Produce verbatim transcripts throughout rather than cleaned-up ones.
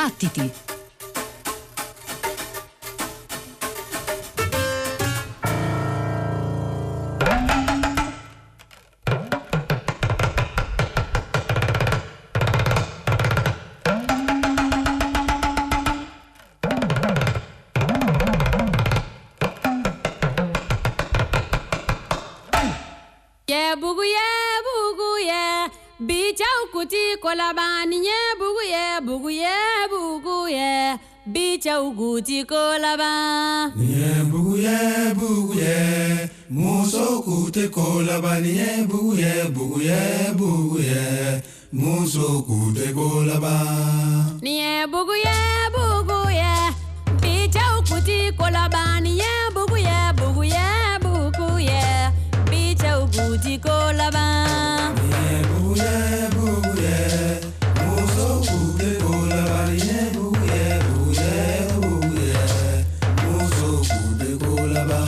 Battiti! Kolabani ye bugu ye bugu ye bugu ye bichau guti kolaba ye bugu ye bugu ye muso kute kolabani ye bugu ye bugu ye bugu ye muso kute kolaba ye bugu ye bugu ye bichau guti kolabani ye bugu ye bugu ye bugu ye bichau guti kolaba ye bugu ye bugu ye muso kute kolabani ye bugu ye bugu ye bugu ye muso kute kolaba.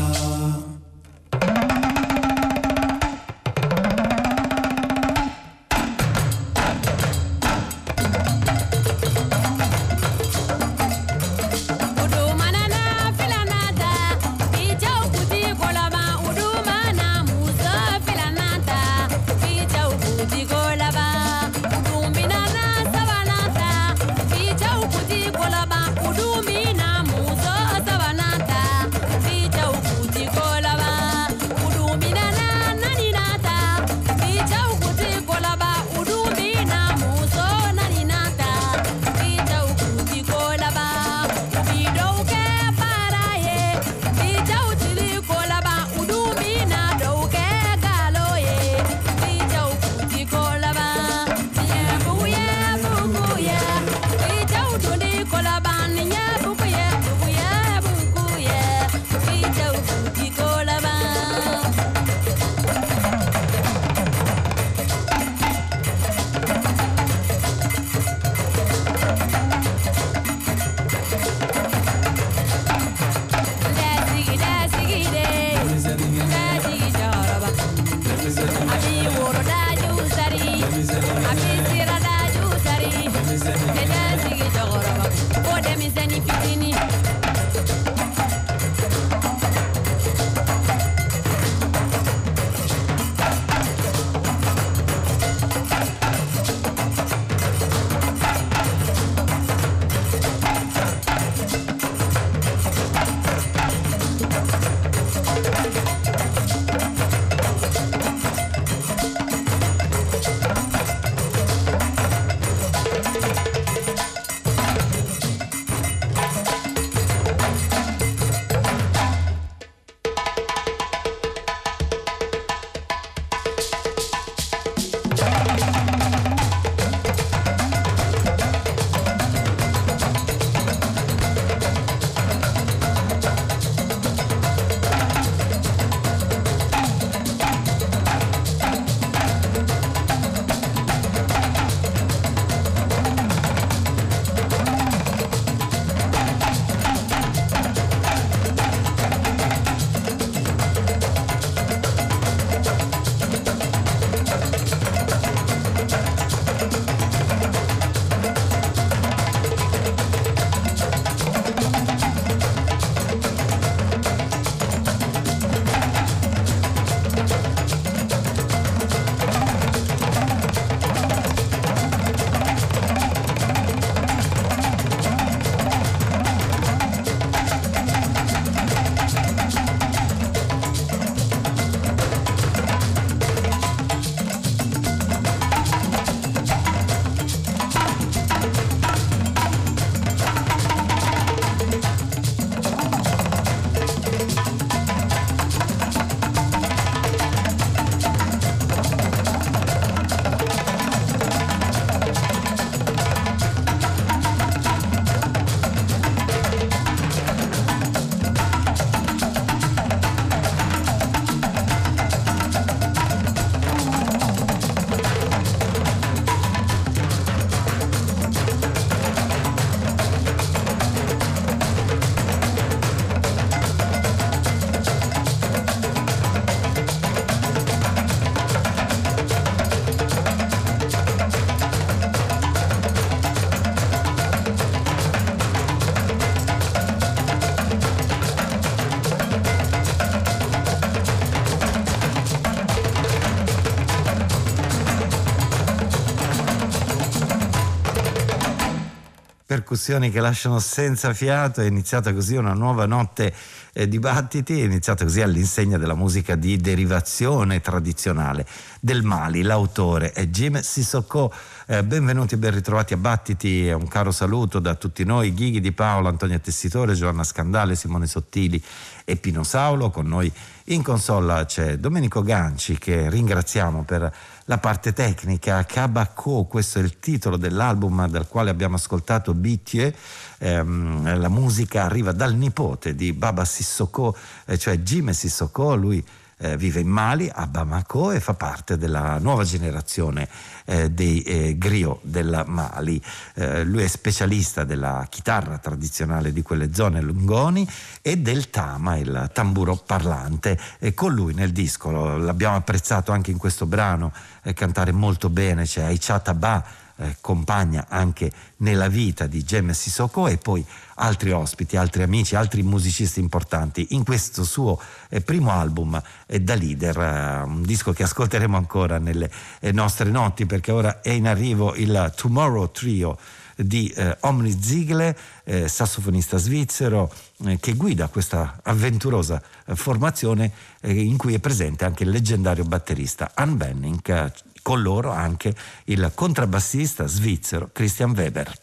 percussioni che lasciano senza fiato. È iniziata così una nuova notte eh, di battiti, è iniziata così all'insegna della musica di derivazione tradizionale del Mali. L'autore è Jim Sissoko. Eh, benvenuti e ben ritrovati a Battiti. Un caro saluto da tutti noi, Ghighi Di Paolo, Antonia Tessitore, Giovanna Scandale, Simone Sottili e Pino Saulo. Con noi in console c'è Domenico Ganci, che ringraziamo per la parte tecnica. Kabako, questo è il titolo dell'album dal quale abbiamo ascoltato Bitieu. Ehm, la musica arriva dal nipote di Baba Sissoko, eh, cioè Jim Sissoko. Lui eh, vive in Mali, a Bamako, e fa parte della nuova generazione eh, dei eh, griot del Mali. Eh, lui è specialista della chitarra tradizionale di quelle zone lungoni e del tama, il tamburo parlante. E con lui nel disco, lo, l'abbiamo apprezzato anche in questo brano, eh, cantare molto bene, c'è Aïcha Taba, eh, compagna anche nella vita di Jim Sissoko, e poi altri ospiti, altri amici, altri musicisti importanti in questo suo eh, primo album eh, da leader, eh, un disco che ascolteremo ancora nelle eh, nostre notti, perché ora è in arrivo il Tomorrow Trio di eh, Omri Ziegler, eh, sassofonista svizzero, eh, che guida questa avventurosa eh, formazione eh, in cui è presente anche il leggendario batterista Ann Benning, eh, con loro anche il contrabbassista svizzero Christian Weber.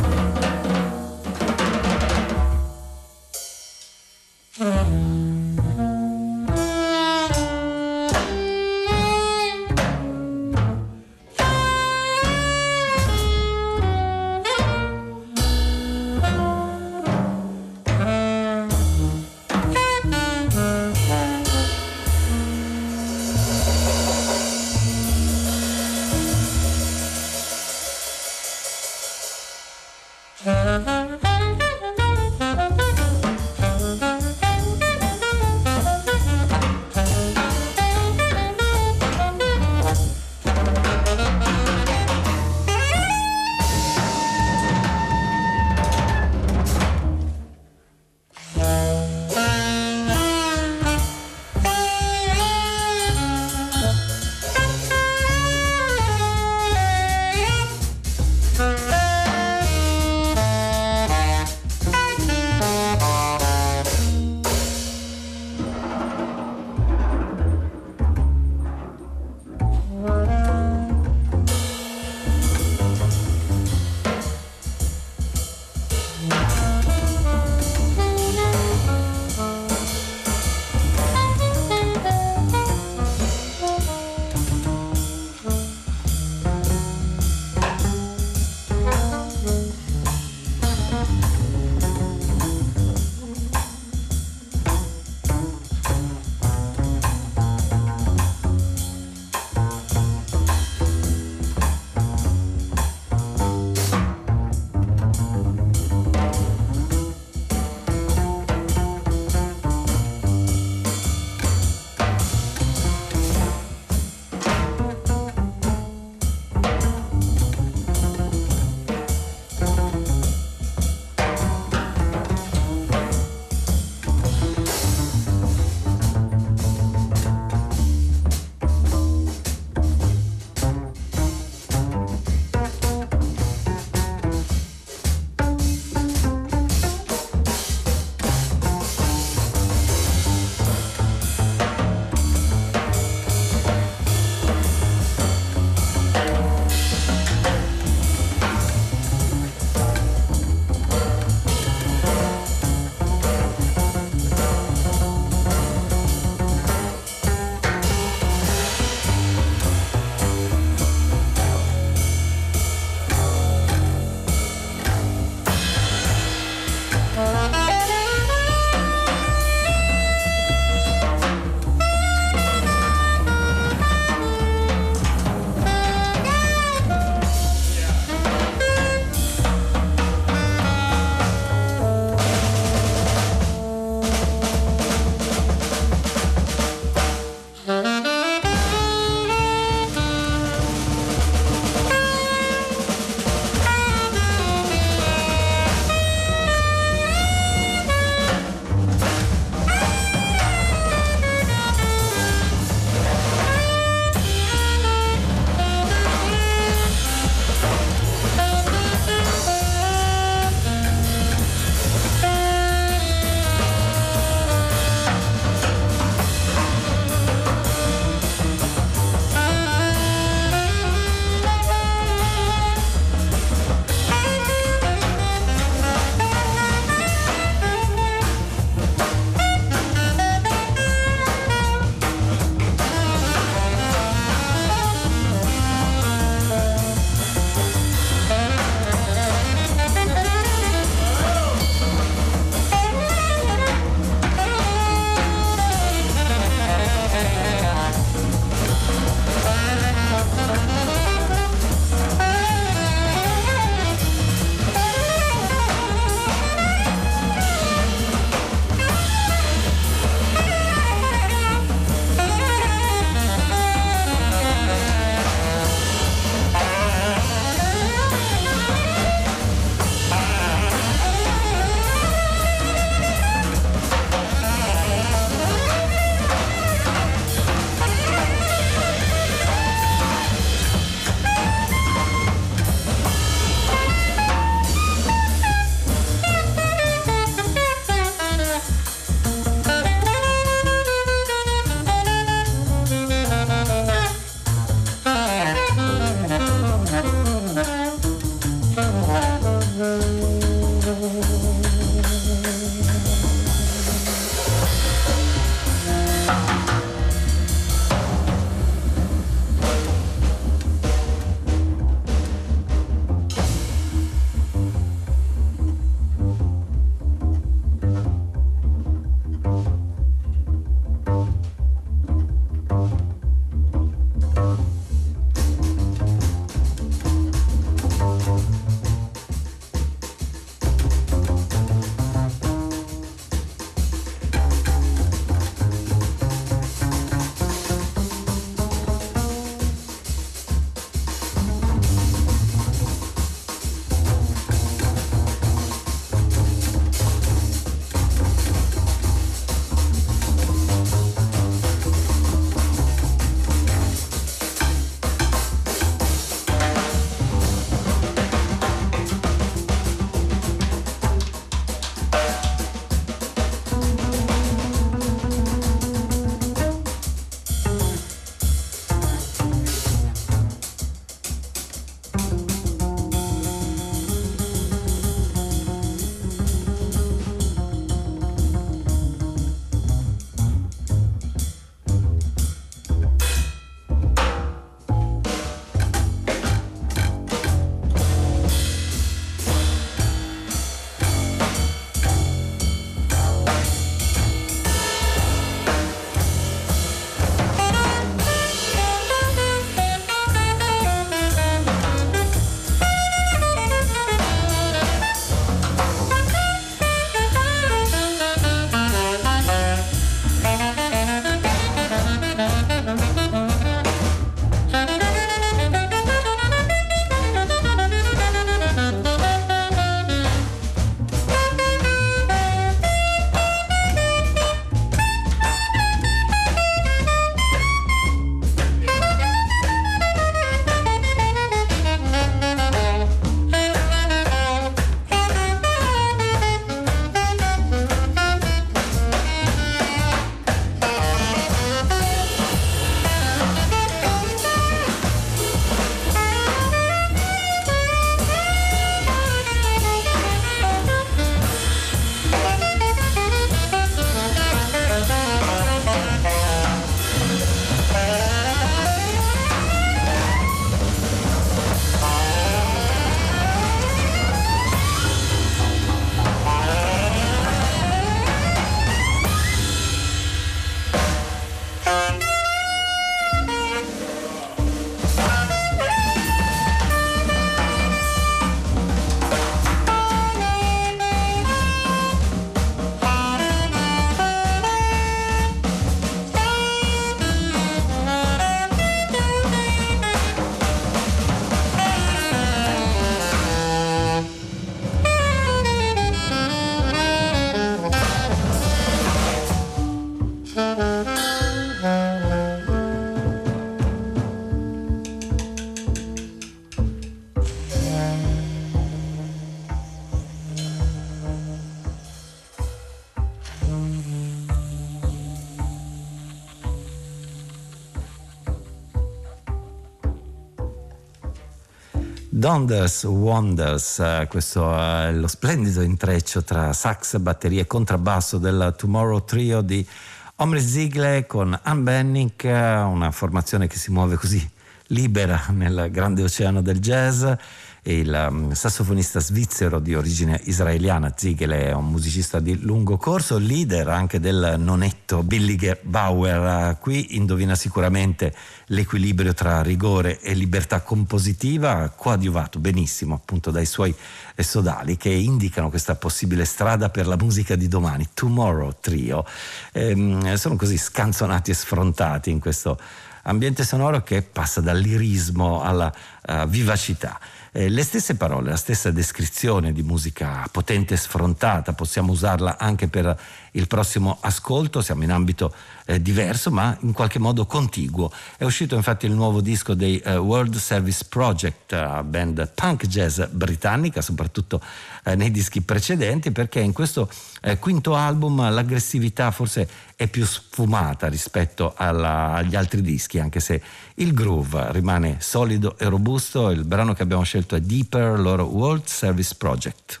Donders Wonders, eh, questo è lo splendido intreccio tra sax, batteria e contrabbasso del Tomorrow Trio di Omri Ziegler con Ann Bennick, una formazione che si muove così libera nel grande oceano del jazz. E il um, sassofonista svizzero di origine israeliana Ziegler è un musicista di lungo corso, leader anche del nonetto Billy Bauer. Qui indovina sicuramente l'equilibrio tra rigore e libertà compositiva, coadiuvato benissimo appunto dai suoi sodali che indicano questa possibile strada per la musica di domani, Tomorrow Trio. Ehm, sono così scanzonati e sfrontati in questo ambiente sonoro che passa dall'irismo alla uh, vivacità. Eh, le stesse parole, la stessa descrizione di musica potente e sfrontata, possiamo usarla anche per il prossimo ascolto. Siamo in ambito eh, diverso ma in qualche modo contiguo. È uscito infatti il nuovo disco dei uh, World Service Project, uh, band punk jazz britannica, soprattutto eh, nei dischi precedenti, perché in questo eh, quinto album l'aggressività forse è più sfumata rispetto alla, agli altri dischi, anche se il groove rimane solido e robusto. Il brano che abbiamo scelto è Deeper, loro World Service Project.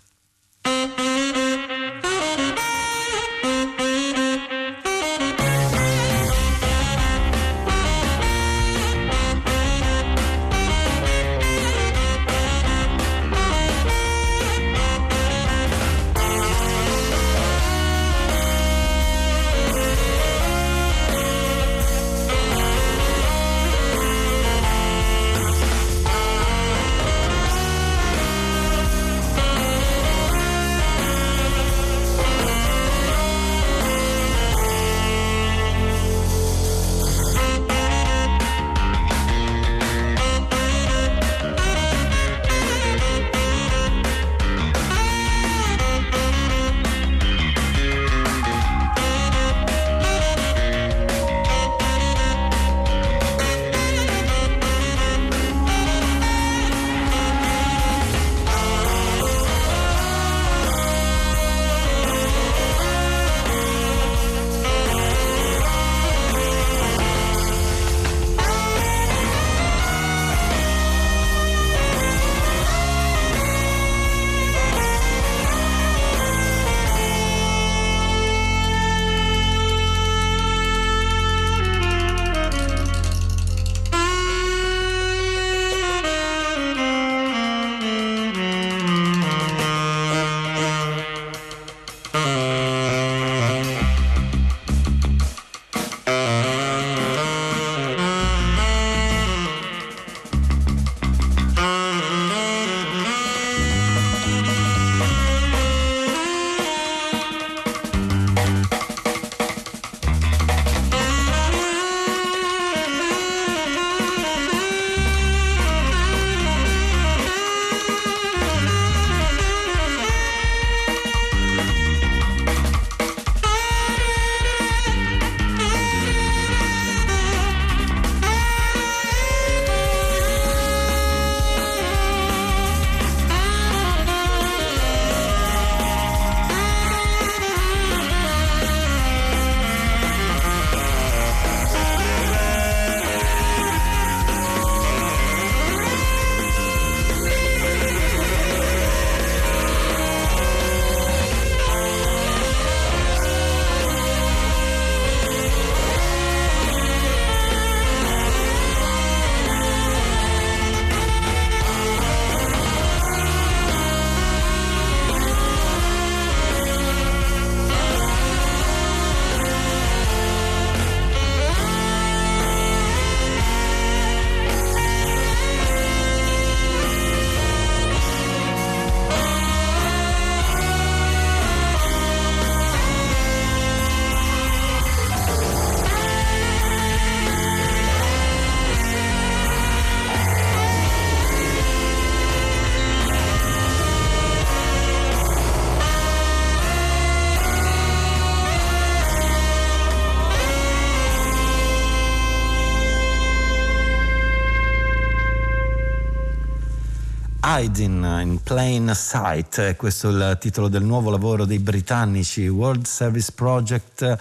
Hiding in Plain Sight, questo è il titolo del nuovo lavoro dei britannici World Service Project,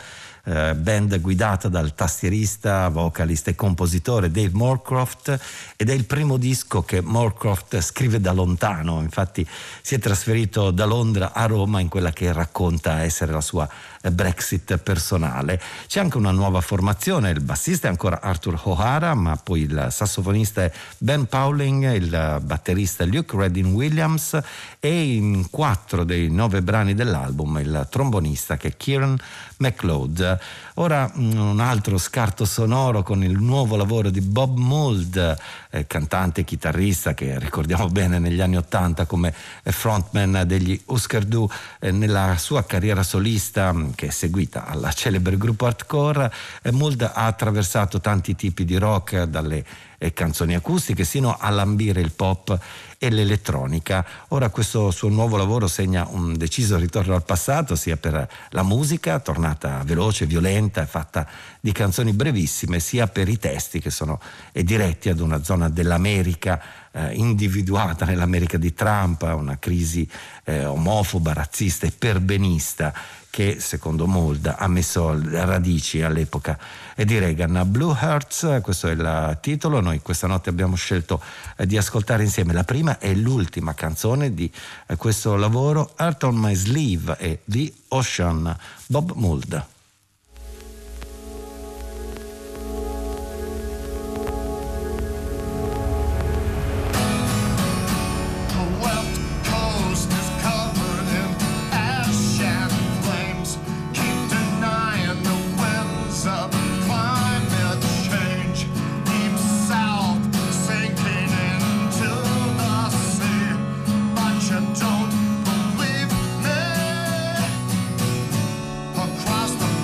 eh, band guidata dal tastierista, vocalista e compositore Dave Moorcroft, ed è il primo disco che Moorcroft scrive da lontano. Infatti si è trasferito da Londra a Roma in quella che racconta essere la sua Brexit personale. C'è anche una nuova formazione, il bassista è ancora Arthur O'Hara, ma poi il sassofonista è Ben Powling, il batterista Luke Redding Williams, e in quattro dei nove brani dell'album il trombonista che è Kieran MacLeod. Ora un altro scarto sonoro con il nuovo lavoro di Bob Mould, eh, cantante e chitarrista che ricordiamo bene negli anni ottanta come frontman degli Husker Du. Eh, nella sua carriera solista, che è seguita alla celebre gruppo hardcore, eh, Mould ha attraversato tanti tipi di rock, dalle eh, canzoni acustiche sino a lambire il pop e l'elettronica. Ora questo suo nuovo lavoro segna un deciso ritorno al passato, sia per la musica, tornata veloce, violenta e fatta di canzoni brevissime, sia per i testi che sono eh, diretti ad una zona dell'America eh, individuata nell'America di Trump, una crisi eh, omofoba, razzista e perbenista che secondo Mould ha messo radici all'epoca di Reagan. Blue Hearts, questo è il titolo. Noi questa notte abbiamo scelto di ascoltare insieme la prima e l'ultima canzone di questo lavoro, Heart on My Sleeve e The Ocean, Bob Mould. Don't believe me. Across the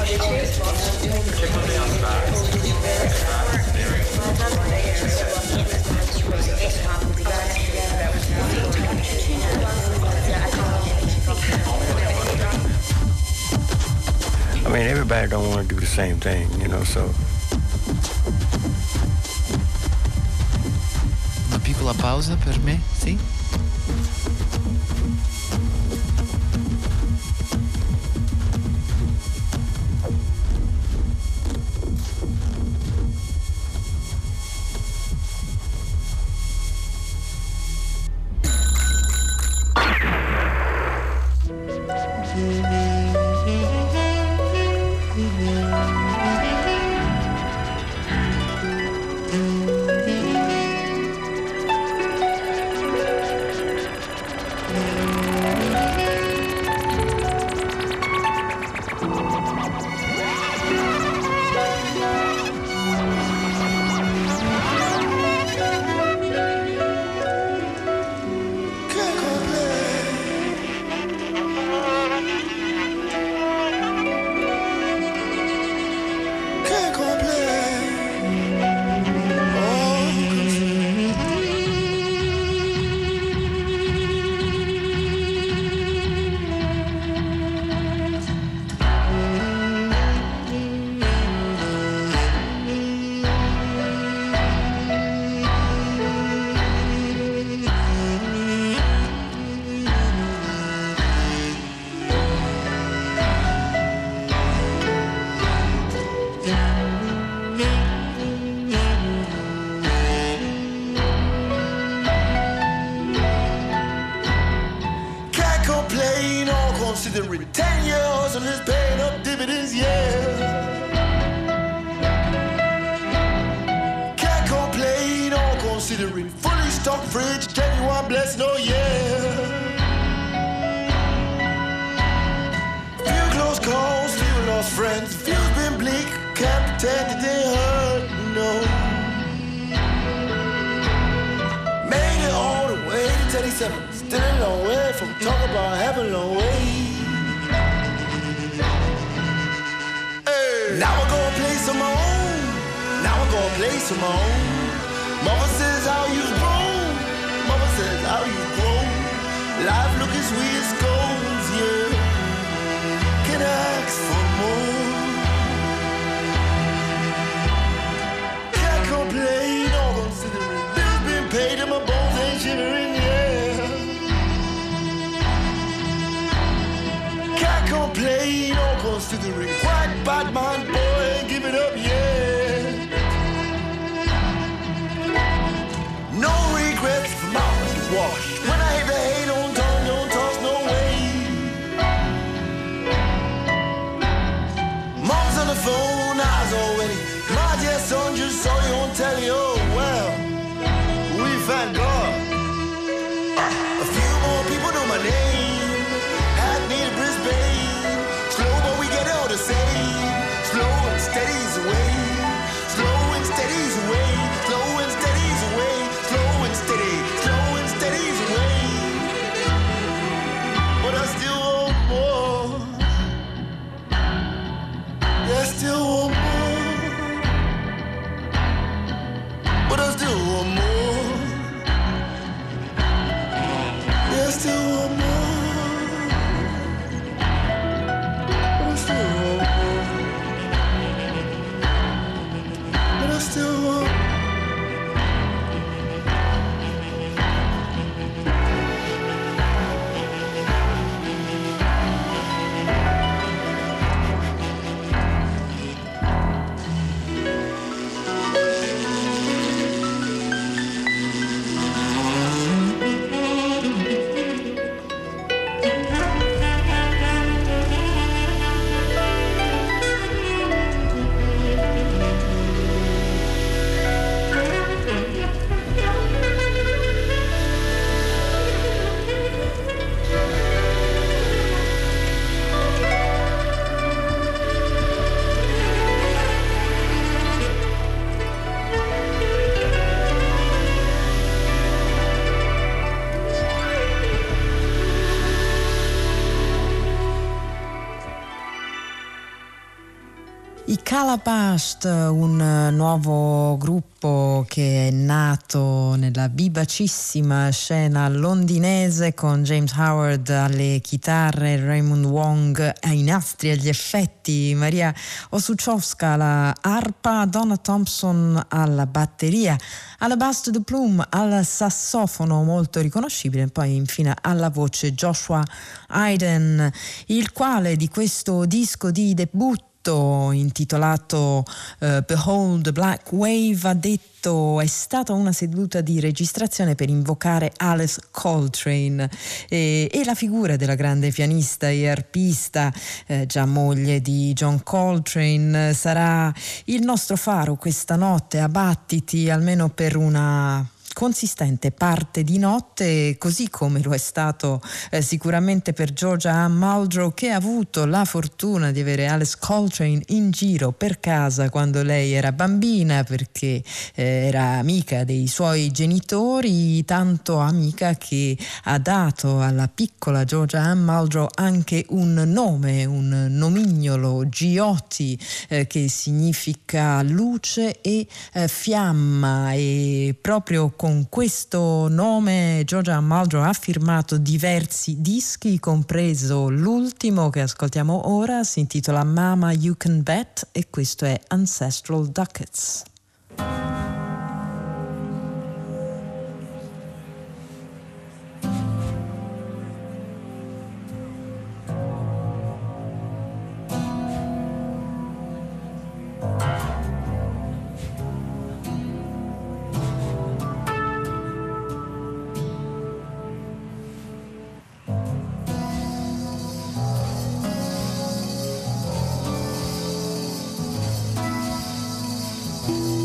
I mean, everybody don't want to do the same thing, you know, so. Una piccola pausa per me, sì? Considering ten years and it's paying up dividends, yeah. Can't complain or considering fully stocked fridge, genuine blessing, oh yeah. Few close calls, few lost friends, few's been bleak, can't pretend that they hurt, no. Made it all the way to thirty-seven, still a long way from talking about heaven, long way. Now I'm gonna play some my own. Now I'm gonna play some my own. Mama says how you've grown. Mama says how you've grown. Life looking sweet as gold, yeah. Can I ask for more? Can't complain or considering bills been paid and my bones ain't shivering, yeah. Can't complain or considering quite bad man, boy, ain't give it up yet. No regrets for mouth to wash. When I hit the hay, don't turn, don't toss, no way. Mom's on the phone, eyes already. My dear son just saw you on telly, oh well. We thank God. A few more people know my name. Hackney to Brisbane. Slow, but we get all the same. Slow and steady's away. Slow and steady's away. Slow and steady's away. Slow and steady. Slow and steady's away. But I still want more. Yeah, I still want more. But I still want more. Yeah, I still want more. But I still want more. But I still want. I Calabashed, un nuovo gruppo che è nato nella vivacissima scena londinese con James Howard alle chitarre, Raymond Wong ai nastri e agli effetti, Maria Osuchowska alla arpa, Donna Thompson alla batteria, Alabaster de Plume al sassofono molto riconoscibile, e poi infine alla voce Joshua Hayden, il quale di questo disco di debutto intitolato uh, Behold the Black Wave ha detto: è stata una seduta di registrazione per invocare Alice Coltrane, e, e la figura della grande pianista e arpista, eh, già moglie di John Coltrane, sarà il nostro faro questa notte a Battiti, almeno per una consistente parte di notte, così come lo è stato eh, sicuramente per Georgia Ann Muldrow, che ha avuto la fortuna di avere Alice Coltrane in giro per casa quando lei era bambina, perché eh, era amica dei suoi genitori, tanto amica che ha dato alla piccola Georgia Ann Muldrow anche un nome, un nomignolo, Gioti, eh, che significa luce e eh, fiamma, e proprio con Con questo nome Georgia Ann Muldrow ha firmato diversi dischi, compreso l'ultimo che ascoltiamo ora, si intitola Mama You Can Bet, e questo è Ancestral Ducats. Thank you.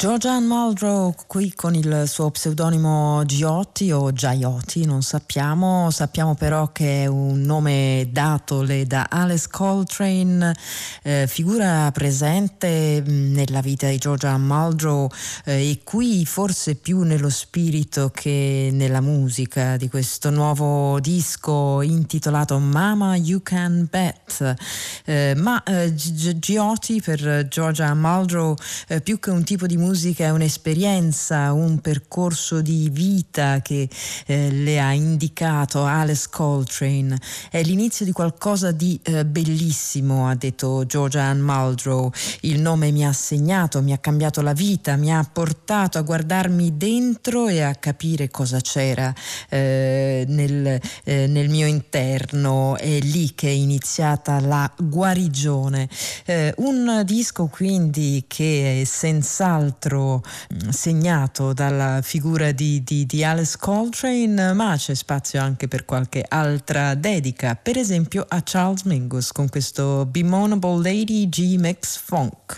Georgianne Muldrow qui con il suo pseudonimo Giotti o Giaioti, non sappiamo, sappiamo però che è un nome datole da Alice Coltrane, eh, figura presente nella vita di Georgianne Muldrow eh, e qui forse più nello spirito che nella musica di questo nuovo disco intitolato Mama You Can Bet, eh, ma eh, Giotti per Georgianne Muldrow eh, più che un tipo di musica musica è un'esperienza, un percorso di vita che eh, le ha indicato Alice Coltrane. È l'inizio di qualcosa di eh, bellissimo, ha detto Georgianne Muldrow. Il nome mi ha segnato, mi ha cambiato la vita, mi ha portato a guardarmi dentro e a capire cosa c'era eh, nel, eh, nel mio interno. È lì che è iniziata la guarigione. Eh, un disco quindi che è senz'altro segnato dalla figura di, di, di Alice Coltrane, ma c'è spazio anche per qualche altra dedica, per esempio a Charles Mingus con questo Bemoanable Lady G-Mix Funk.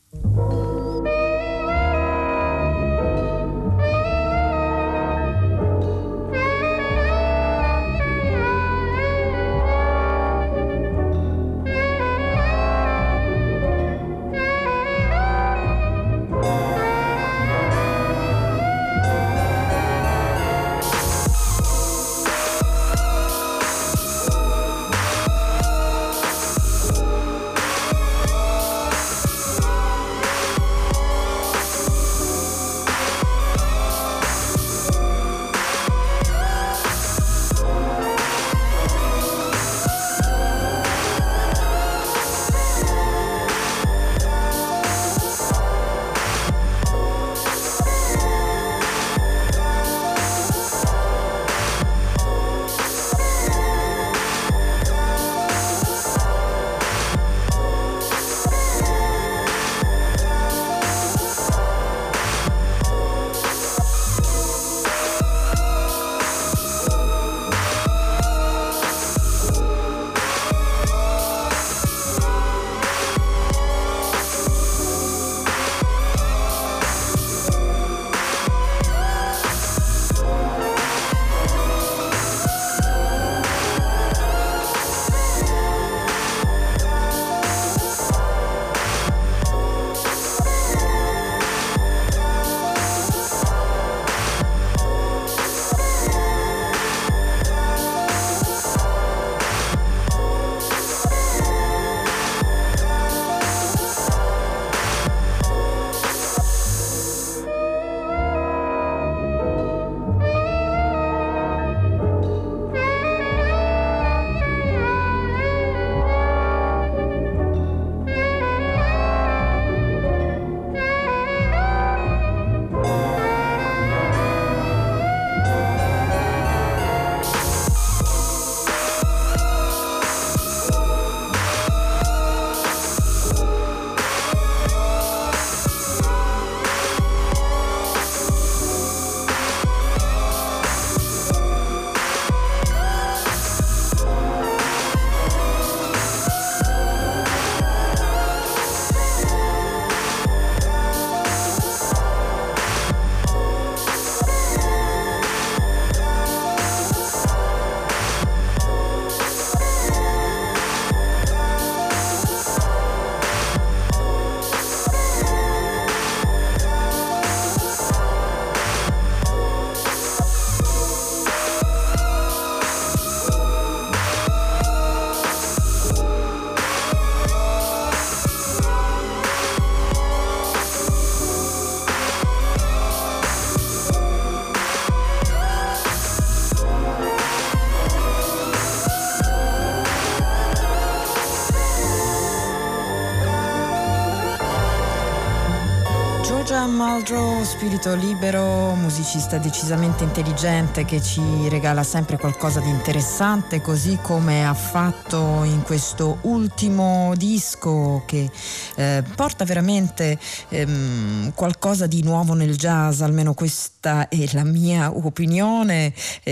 Georgianne Muldrow, spirito libero, musicista decisamente intelligente che ci regala sempre qualcosa di interessante, così come ha fatto in questo ultimo disco che eh, porta veramente ehm, qualcosa di nuovo nel jazz, almeno questa è la mia opinione.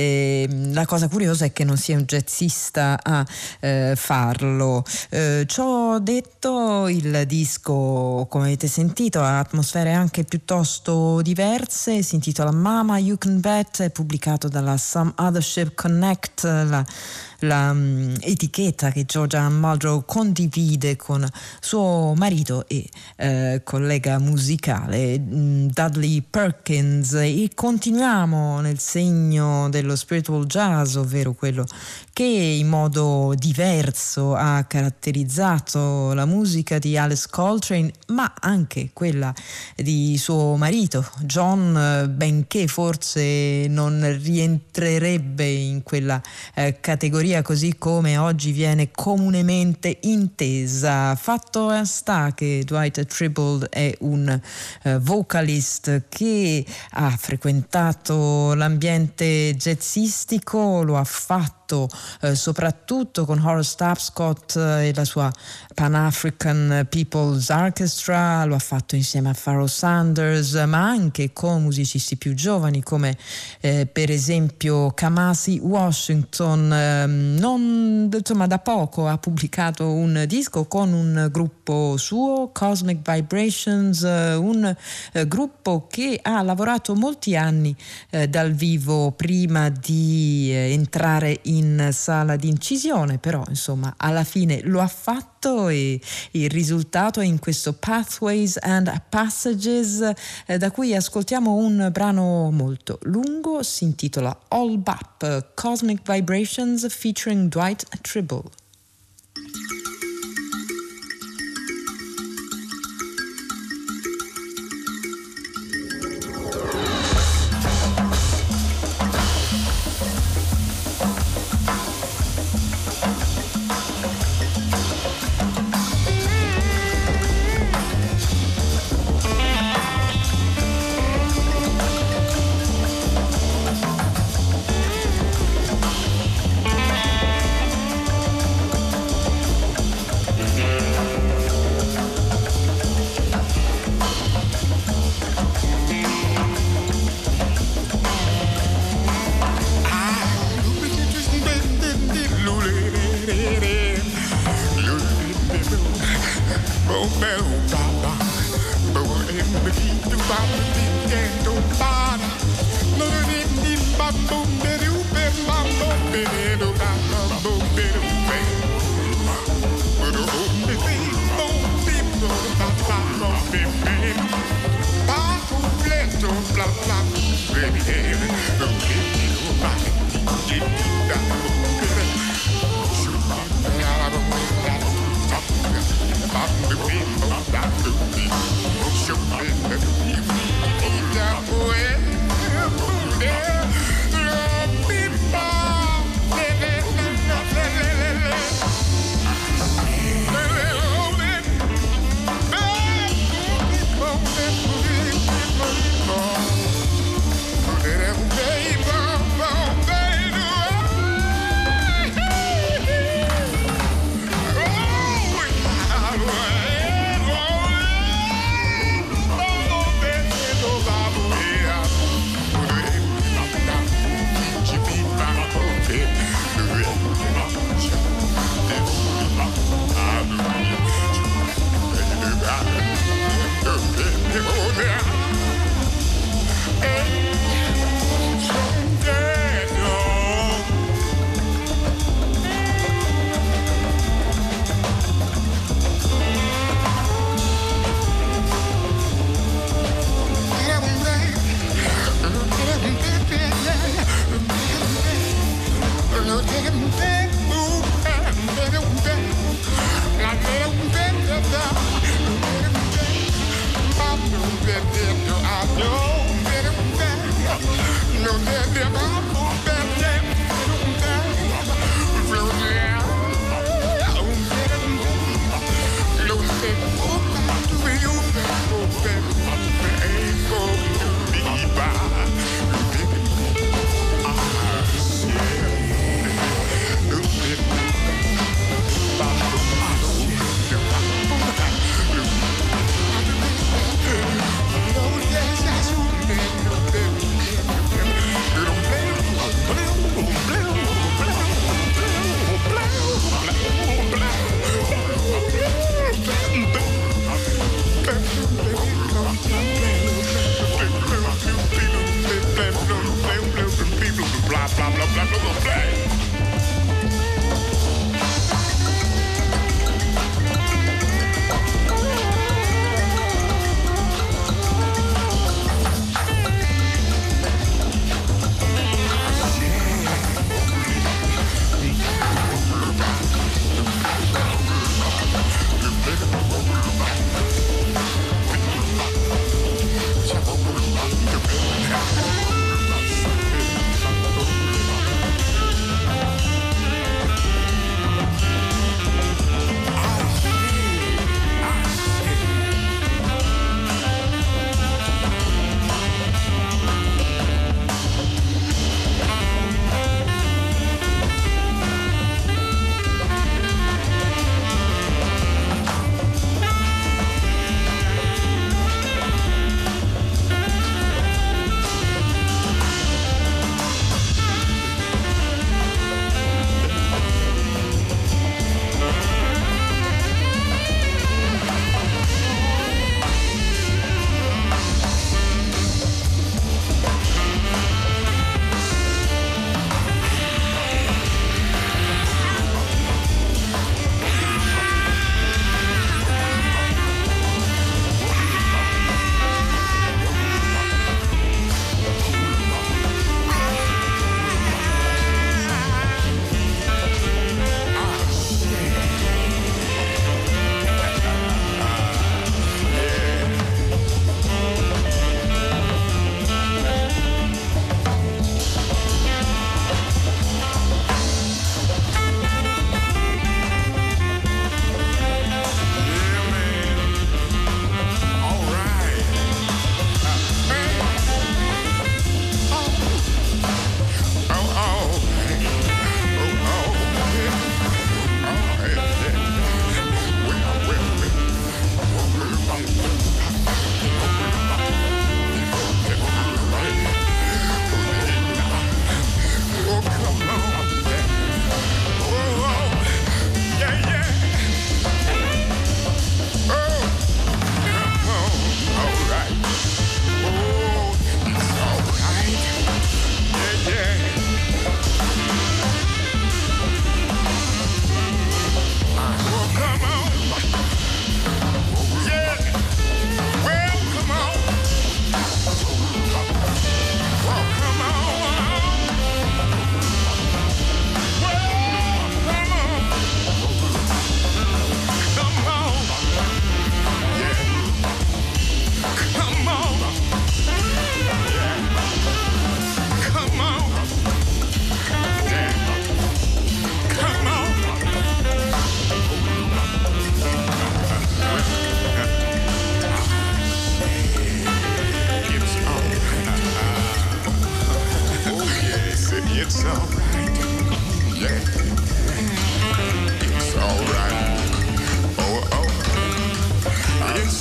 E la cosa curiosa è che non sia un jazzista a eh, farlo. Eh, ciò detto, il disco, come avete sentito, ha atmosfere anche anche piuttosto diverse, si intitola Mama You Can Bet, è pubblicato dalla Some Other Ship Connect, la la um, etichetta che Georgia Muldrow condivide con suo marito e eh, collega musicale um, Dudley Perkins. E continuiamo nel segno dello spiritual jazz, ovvero quello che in modo diverso ha caratterizzato la musica di Alice Coltrane, ma anche quella di suo marito John, benché forse non rientrerebbe in quella eh, categoria così come oggi viene comunemente intesa. Fatto sta che Dwight Tribble è un uh, vocalist che ha frequentato l'ambiente jazzistico, lo ha fatto eh, soprattutto con Horace Tapscott eh, e la sua Pan-African People's Orchestra, lo ha fatto insieme a Pharoah Sanders, ma anche con musicisti più giovani come eh, per esempio Kamasi Washington. Eh, non, insomma, da poco ha pubblicato un disco con un gruppo suo, Cosmic Vibrations, eh, un eh, gruppo che ha lavorato molti anni eh, dal vivo prima di eh, entrare in sala di incisione, però insomma alla fine lo ha fatto e il risultato è in questo Pathways and Passages, eh, da cui ascoltiamo un brano molto lungo, si intitola All Bap, Cosmic Vibrations featuring Dwight Tribble.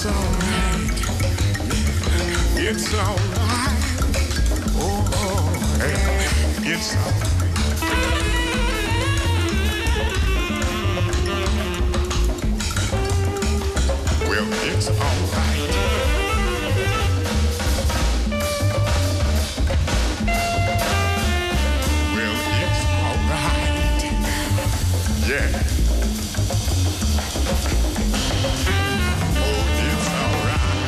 it's alright. It's alright. Oh, hey, it's alright. Well, it's alright. Well, it's alright. Yeah. Oh, it's alright.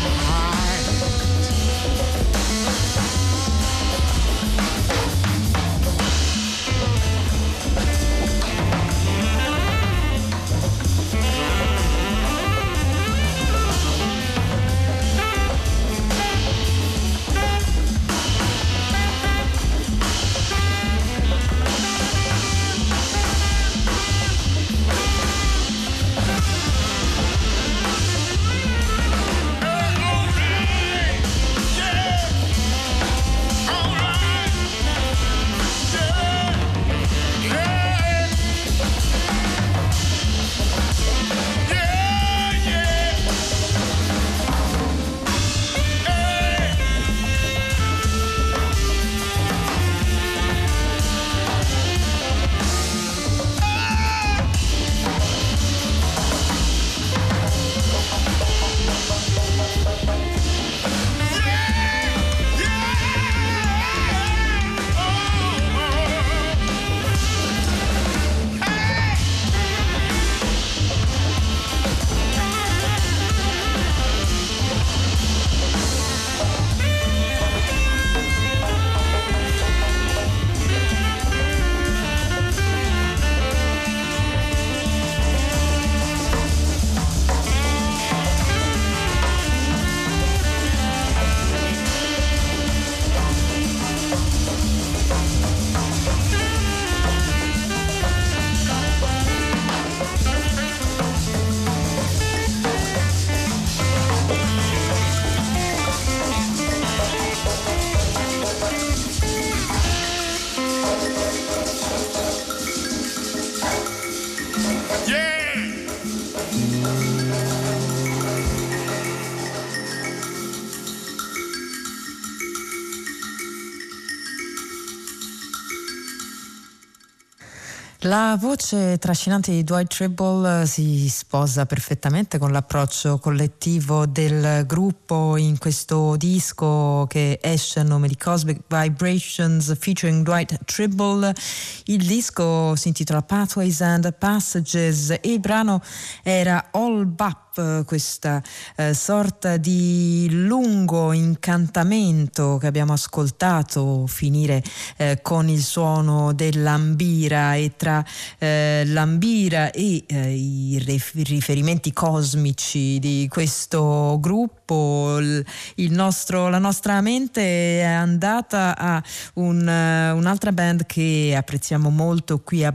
La voce trascinante di Dwight Tribble si sposa perfettamente con l'approccio collettivo del gruppo in questo disco che esce a nome di Cosmic Vibrations featuring Dwight Tribble. Il disco si intitola Pathways and Passages e il brano era All Bap, questa eh, sorta di lungo incantamento che abbiamo ascoltato finire eh, con il suono dell'ambira, e tra eh, l'ambira e eh, i riferimenti cosmici di questo gruppo il, il nostro, la nostra mente è andata a un, uh, un'altra band che apprezziamo molto qui a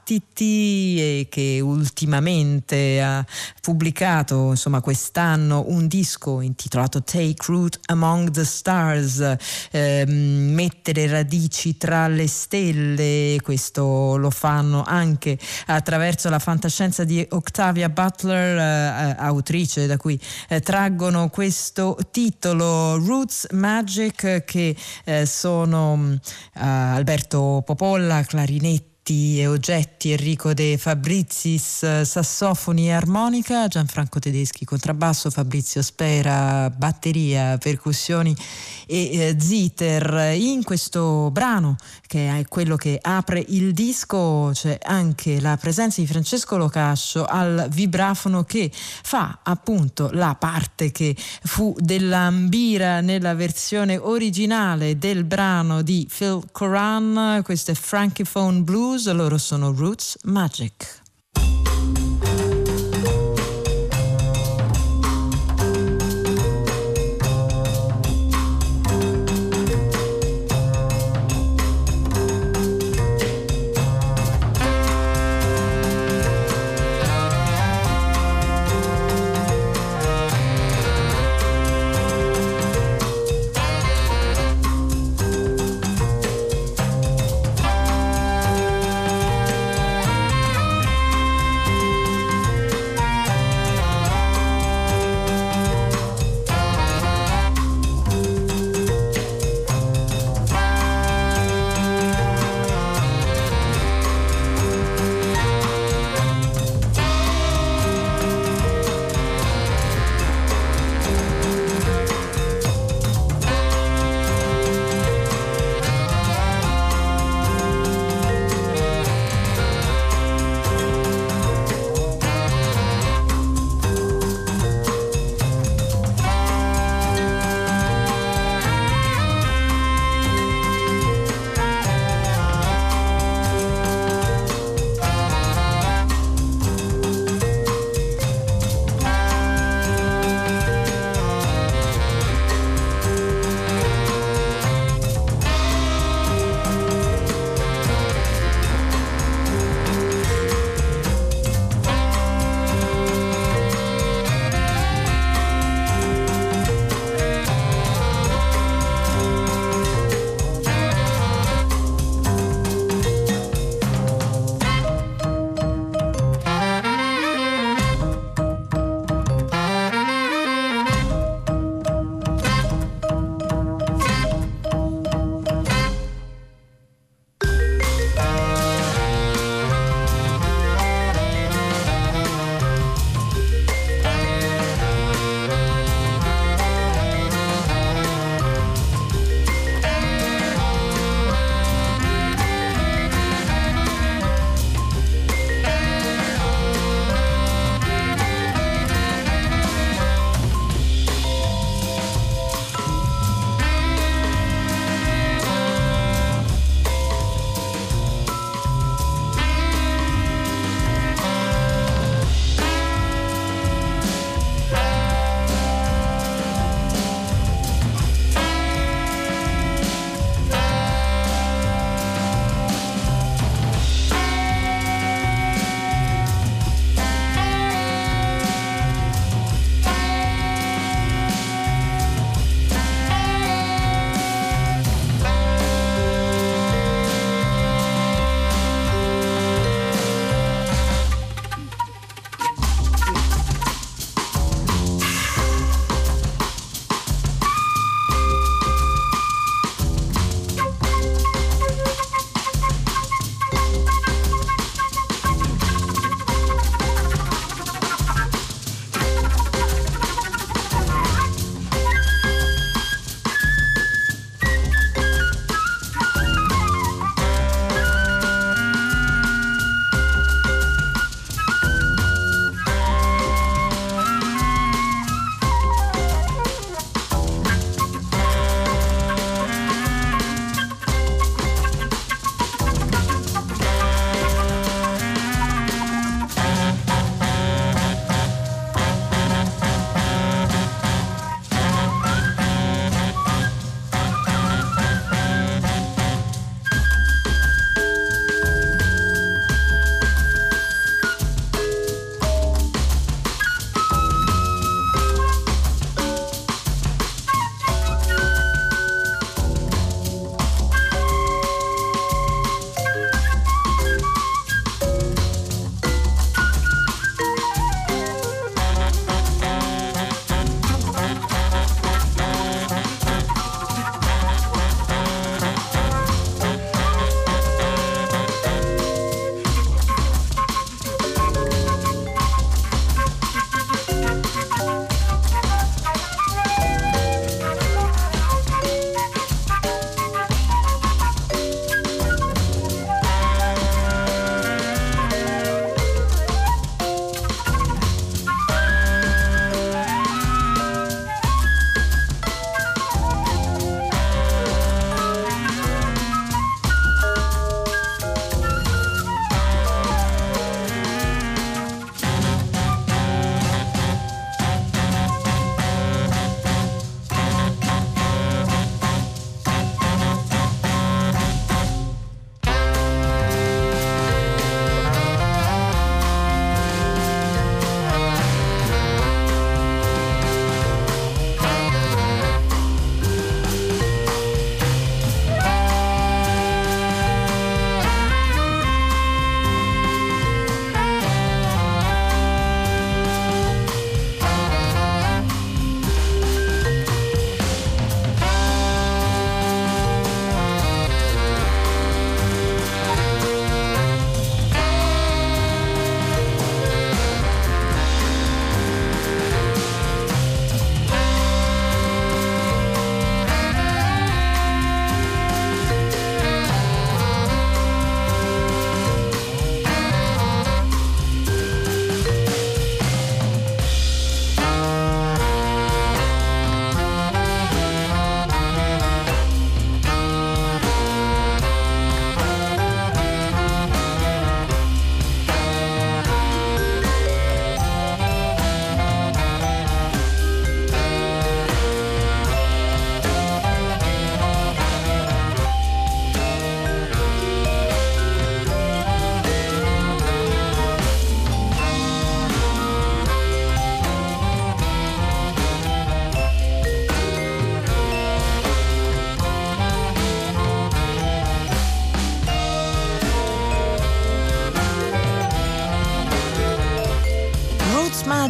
Battiti e che ultimamente ha pubblicato insomma quest'anno un disco intitolato Take Root Among the Stars, eh, mettere radici tra le stelle. Questo lo fanno anche attraverso la fantascienza di Octavia Butler, eh, autrice da cui eh, traggono questo titolo. Roots Magic, che eh, sono eh, Alberto Popolla clarinetti e oggetti, Enrico De Fabrizis sassofoni e armonica, Gianfranco Tedeschi contrabbasso, Fabrizio Spera batteria, percussioni e eh, zither. In questo brano, che è quello che apre il disco, c'è anche la presenza di Francesco Locascio al vibrafono, che fa appunto la parte che fu dell'ambira nella versione originale del brano di Phil Coran. Questo è Francophone Blues. Loro sono Roots Magic.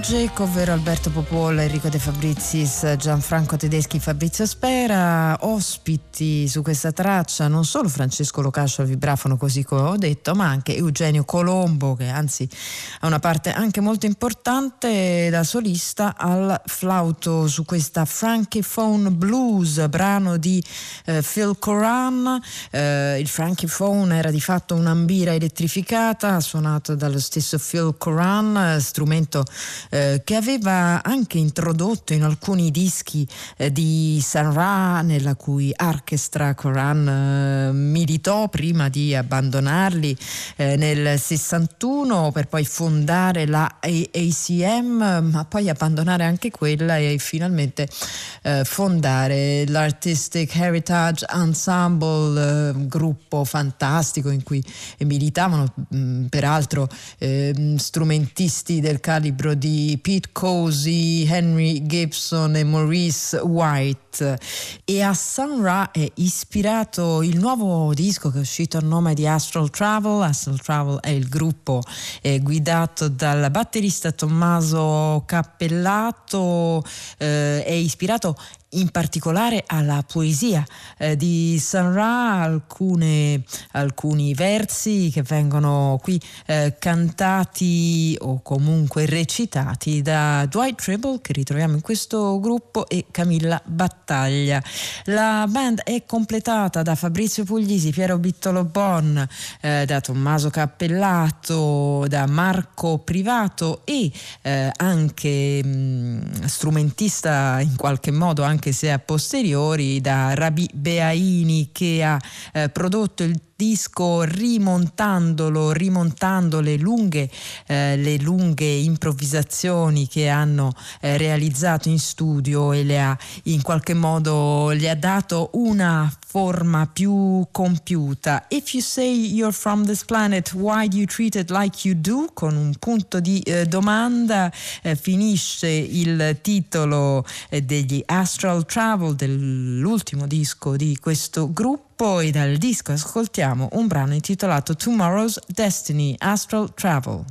Logic, ovvero Alberto Popola, Enrico De Fabrizis, Gianfranco Tedeschi, Fabrizio Spera. Ospiti su questa traccia non solo Francesco Locascio al vibrafono, così come ho detto, ma anche Eugenio Colombo, che anzi ha una parte anche molto importante da solista al flauto su questa Francophone Blues, brano di eh, Phil Coran. Eh, il Francophone era di fatto un'ambira elettrificata suonato dallo stesso Phil Coran, strumento eh, che aveva anche introdotto in alcuni dischi eh, di Sun Ra, nella cui orchestra Coran eh, militò prima di abbandonarli eh, nel sessantuno per poi fondare la A C M, ma poi abbandonare anche quella e finalmente eh, fondare l'Artistic Heritage Ensemble, eh, gruppo fantastico in cui militavano mh, peraltro eh, strumentisti del calibro di Pete Cozy, Henry Gibson e Maurice White. E a Sun Ra è ispirato il nuovo disco che è uscito a nome di Astral Travel. Astral Travel è il gruppo eh, guidato dal batterista Tommaso Cappellato, eh, è ispirato in particolare alla poesia eh, di Sun Ra, alcune, alcuni versi che vengono qui eh, cantati o comunque recitati da Dwight Tribble, che ritroviamo in questo gruppo, e Camilla Battaglia. La band è completata da Fabrizio Puglisi, Piero Bittolo Bon, eh, da Tommaso Cappellato, da Marco Privato e eh, anche mh, strumentista in qualche modo, anche anche se a posteriori, da Rabi Beaini, che ha eh, prodotto il disco rimontandolo, rimontando le lunghe, eh, le lunghe improvvisazioni che hanno eh, realizzato in studio, e le ha in qualche modo gli ha dato una forma più compiuta. If you say you're from this planet, why do you treat it like you do? Con un punto di eh, domanda eh, finisce il titolo eh, degli Astral Travel, dell'ultimo disco di questo gruppo. E dal disco ascoltiamo un brano intitolato Tomorrow's Destiny, Astral Travel.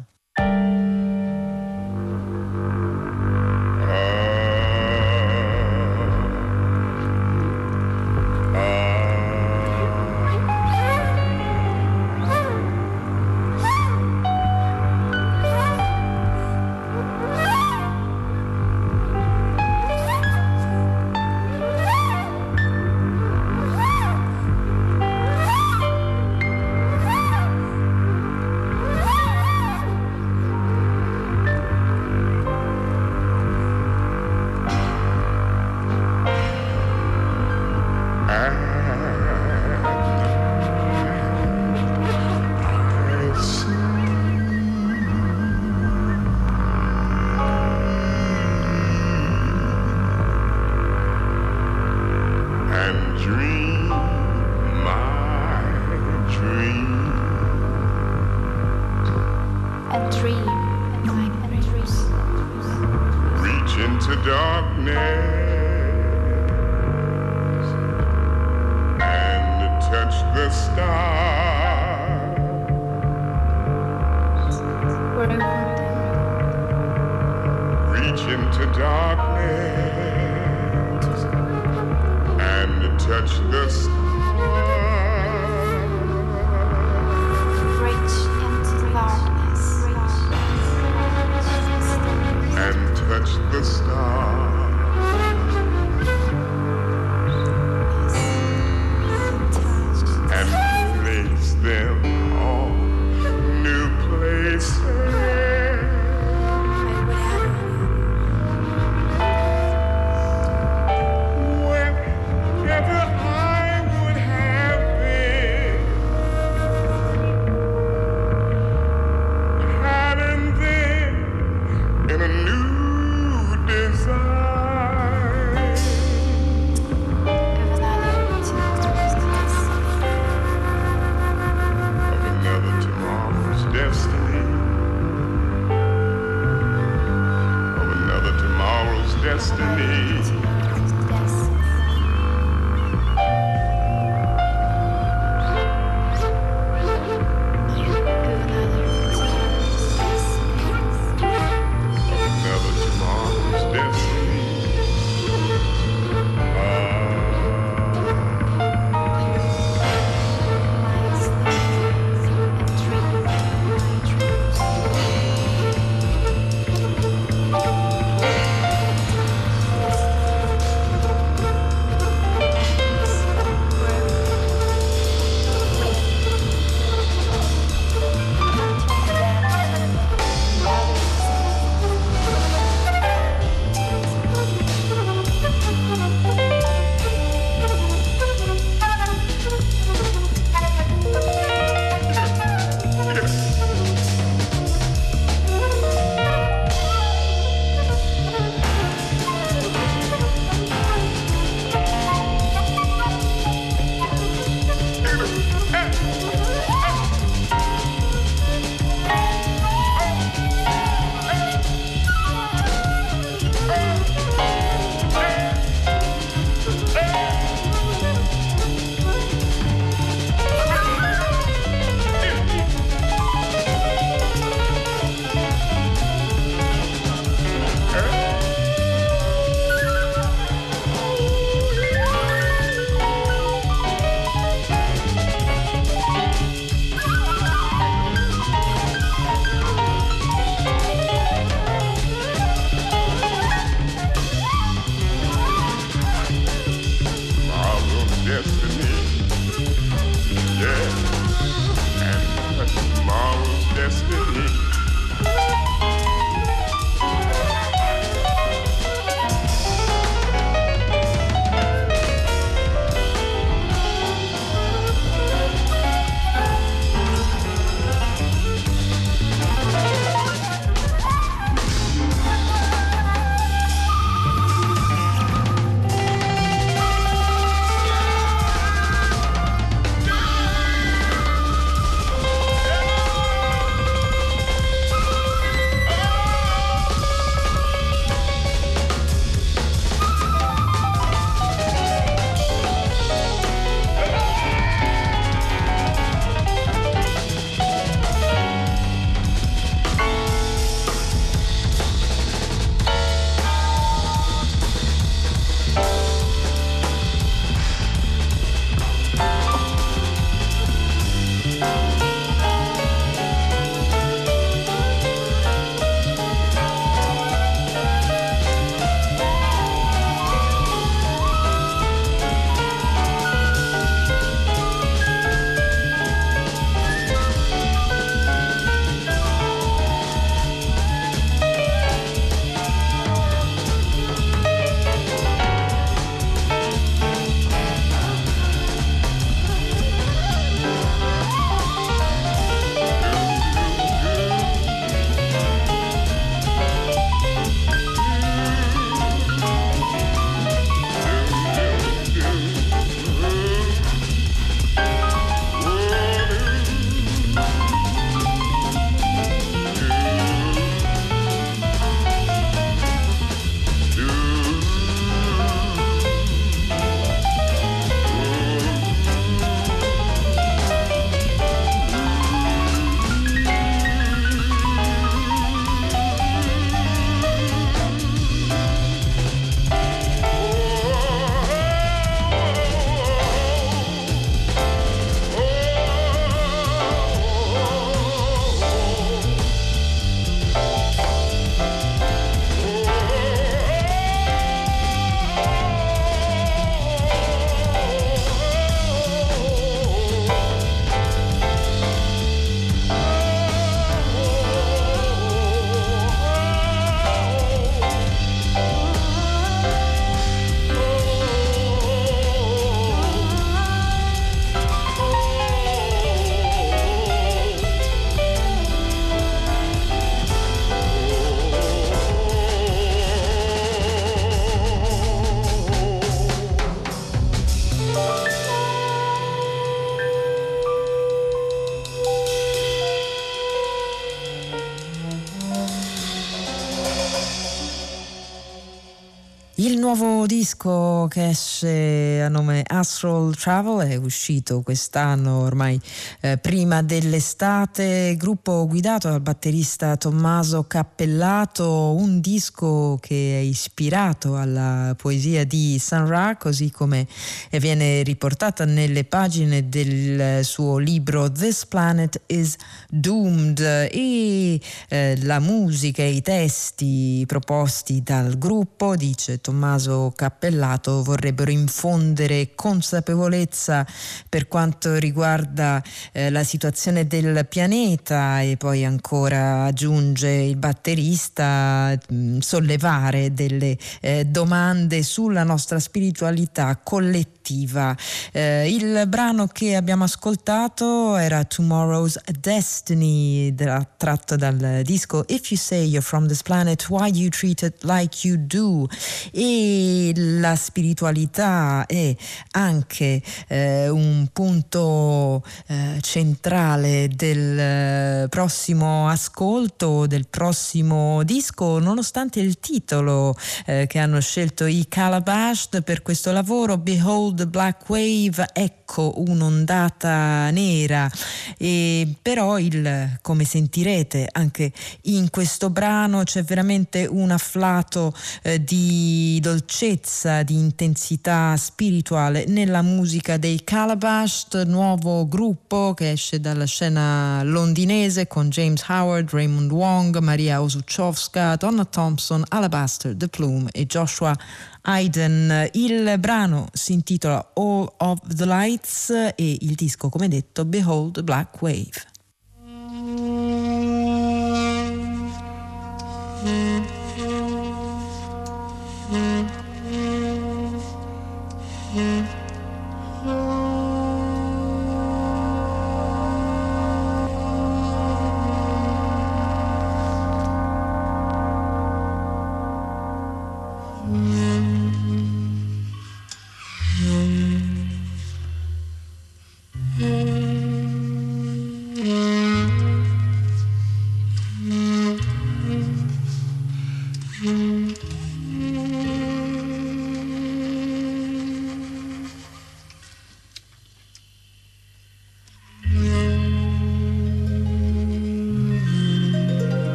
Il nuovo disco che esce a nome Astral Travel è uscito quest'anno, ormai eh, prima dell'estate, gruppo guidato dal batterista Tommaso Cappellato, un disco che è ispirato alla poesia di Sun Ra, così come viene riportata nelle pagine del suo libro This Planet is Doomed, e eh, la musica e i testi proposti dal gruppo, dice Tommaso Cappellato, vorrebbero infondere consapevolezza per quanto riguarda eh, la situazione del pianeta, e poi ancora, aggiunge il batterista, mh, sollevare delle eh, domande sulla nostra spiritualità collettiva. Eh, il brano che abbiamo ascoltato era Tomorrow's Destiny, tratto dal disco If You Say You're From This Planet, Why You Treat It Like You Do. E la spiritualità è anche eh, un punto eh, centrale del eh, prossimo ascolto, del prossimo disco, nonostante il titolo eh, che hanno scelto i Calabash per questo lavoro, Behold the Black Wave, ecco un'ondata nera. E però il, come sentirete anche in questo brano, c'è veramente un afflato eh, di dolcezza, di intensità spirituale nella musica dei Calabash, nuovo gruppo che esce dalla scena londinese con James Howard, Raymond Wong, Maria Osuchowska, Donna Thompson, Alabaster, The Plume e Joshua Hayden. Il brano si intitola All of the Lights e il disco, come detto, Behold the Black Wave.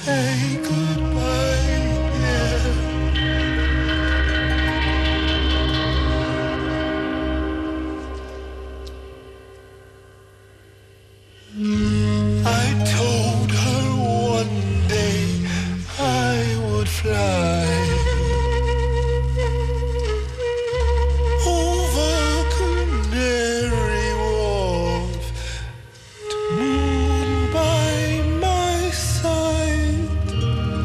say goodbye. Yeah. I told her one day I would fly over Canary Wharf to moon by my side.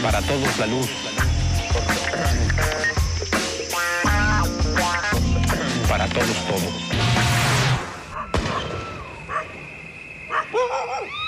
Para todos la luz. Para todos todo.